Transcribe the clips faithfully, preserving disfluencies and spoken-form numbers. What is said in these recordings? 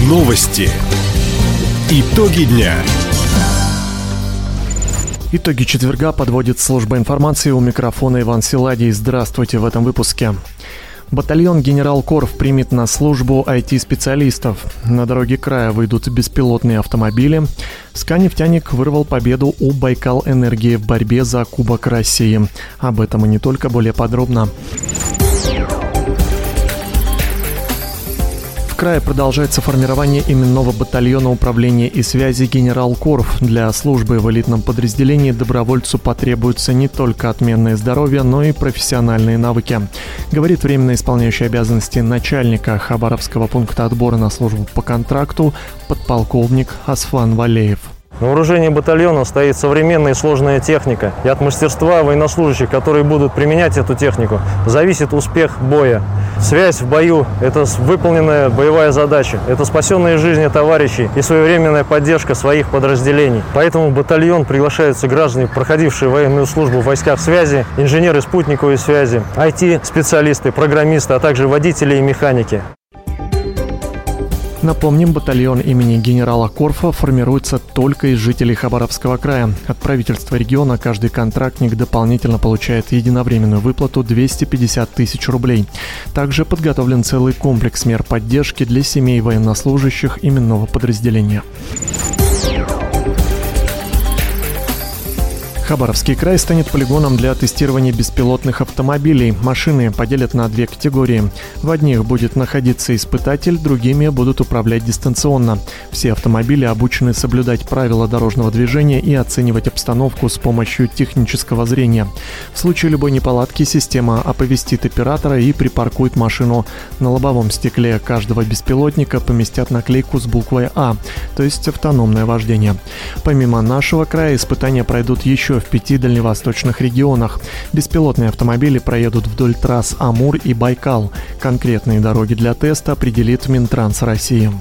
Новости. Итоги дня. Итоги четверга подводит служба информации. У микрофона Иван Силадий. Здравствуйте в этом выпуске. Батальон «Генерал-Корф» примет на службу ай ти-специалистов. На дороге края выйдут беспилотные автомобили. «СКА-нефтяник» вырвал победу у «Байкал-энергии» в борьбе за Кубок России. Об этом и не только, более подробно. В крае продолжается формирование именного батальона управления и связи «Генерал-Корф». Для службы в элитном подразделении добровольцу потребуется не только отменное здоровье, но и профессиональные навыки, говорит временно исполняющий обязанности начальника Хабаровского пункта отбора на службу по контракту подполковник Асфан Валеев. На вооружении батальона стоит современная и сложная техника, и от мастерства военнослужащих, которые будут применять эту технику, зависит успех боя. Связь в бою – это выполненная боевая задача, это спасенные жизни товарищей и своевременная поддержка своих подразделений. Поэтому в батальон приглашаются граждане, проходившие военную службу в войсках связи, инженеры спутниковой связи, ай ти-специалисты, программисты, а также водители и механики. Напомним, батальон имени генерала Корфа формируется только из жителей Хабаровского края. От правительства региона каждый контрактник дополнительно получает единовременную выплату двести пятьдесят тысяч рублей. Также подготовлен целый комплекс мер поддержки для семей военнослужащих именного подразделения. Хабаровский край станет полигоном для тестирования беспилотных автомобилей. Машины поделят на две категории. В одних будет находиться испытатель, другими будут управлять дистанционно. Все автомобили обучены соблюдать правила дорожного движения и оценивать обстановку с помощью технического зрения. В случае любой неполадки система оповестит оператора и припаркует машину. На лобовом стекле каждого беспилотника поместят наклейку с буквой «А», то есть автономное вождение. Помимо нашего края испытания пройдут еще в пяти дальневосточных регионах. Беспилотные автомобили проедут вдоль трасс Амур и Байкал. Конкретные дороги для теста определит Минтранс России.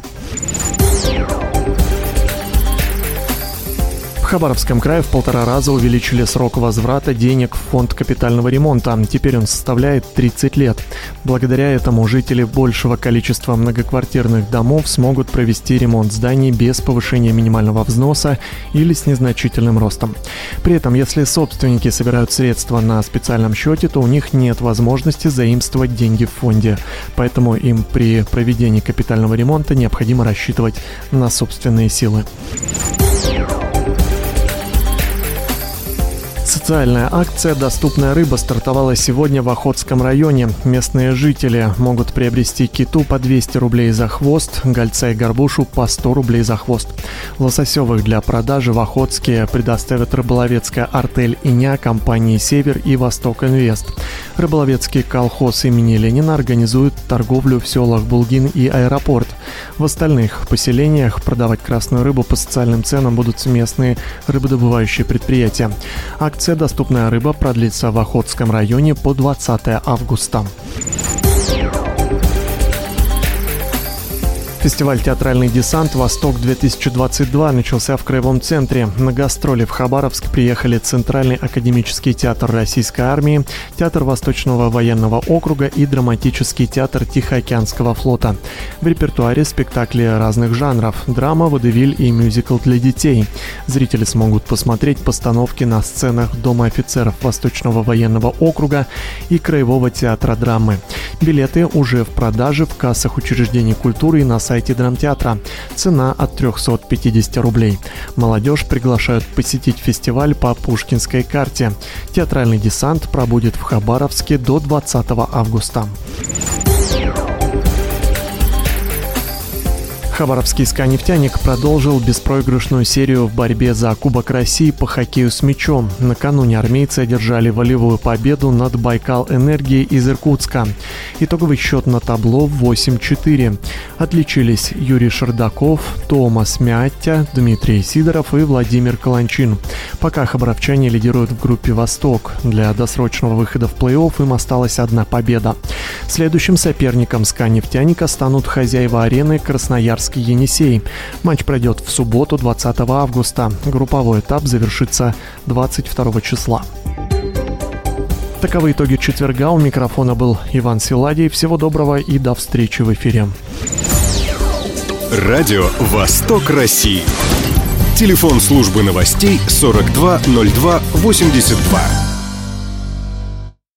В Хабаровском крае в полтора раза увеличили срок возврата денег в фонд капитального ремонта. Теперь он составляет тридцать лет. Благодаря этому жители большего количества многоквартирных домов смогут провести ремонт зданий без повышения минимального взноса или с незначительным ростом. При этом, если собственники собирают средства на специальном счете, то у них нет возможности заимствовать деньги в фонде. Поэтому им при проведении капитального ремонта необходимо рассчитывать на собственные силы. Социальная акция «Доступная рыба» стартовала сегодня в Охотском районе. Местные жители могут приобрести киту по двести рублей за хвост, гольца и горбушу по сто рублей за хвост. Лососевых для продажи в Охотске предоставят рыболовецкая артель «Иня» компании «Север» и «Восток Инвест». Рыболовецкий колхоз имени Ленина организует торговлю в селах Булгин и Аэропорт. В остальных поселениях продавать красную рыбу по социальным ценам будут местные рыбодобывающие предприятия. Акция «Доступная рыба» продлится в Охотском районе по двадцатое августа. Фестиваль «Театральный десант. Восток-две тысячи двадцать два» начался в Краевом центре. На гастроли в Хабаровск приехали Центральный академический театр Российской армии, Театр Восточного военного округа и Драматический театр Тихоокеанского флота. В репертуаре спектакли разных жанров – драма, водевиль и мюзикл для детей. Зрители смогут посмотреть постановки на сценах Дома офицеров Восточного военного округа и Краевого театра драмы. Билеты уже в продаже в кассах учреждений культуры и на сайте драмтеатра. Цена от триста пятьдесят рублей. Молодежь приглашают посетить фестиваль по Пушкинской карте. Театральный десант пробудет в Хабаровске до двадцатого августа. Хабаровский «СКА-нефтяник» продолжил беспроигрышную серию в борьбе за Кубок России по хоккею с мячом. Накануне армейцы одержали волевую победу над «Байкал-энергией» из Иркутска. Итоговый счет на табло восемь четыре. Отличились Юрий Шардаков, Томас Мяття, Дмитрий Сидоров и Владимир Каланчин. Пока хабаровчане лидируют в группе «Восток». Для досрочного выхода в плей-офф им осталась одна победа. Следующим соперником «СКА-нефтяника» станут хозяева арены Красноярск Енисей. Матч пройдет в субботу, двадцатого августа. Групповой этап завершится двадцать второго числа. Таковы итоги четверга. У микрофона был Иван Силадий. Всего доброго и до встречи в эфире. Радио «Восток России». Телефон службы новостей сорок два ноль два восемьдесят два.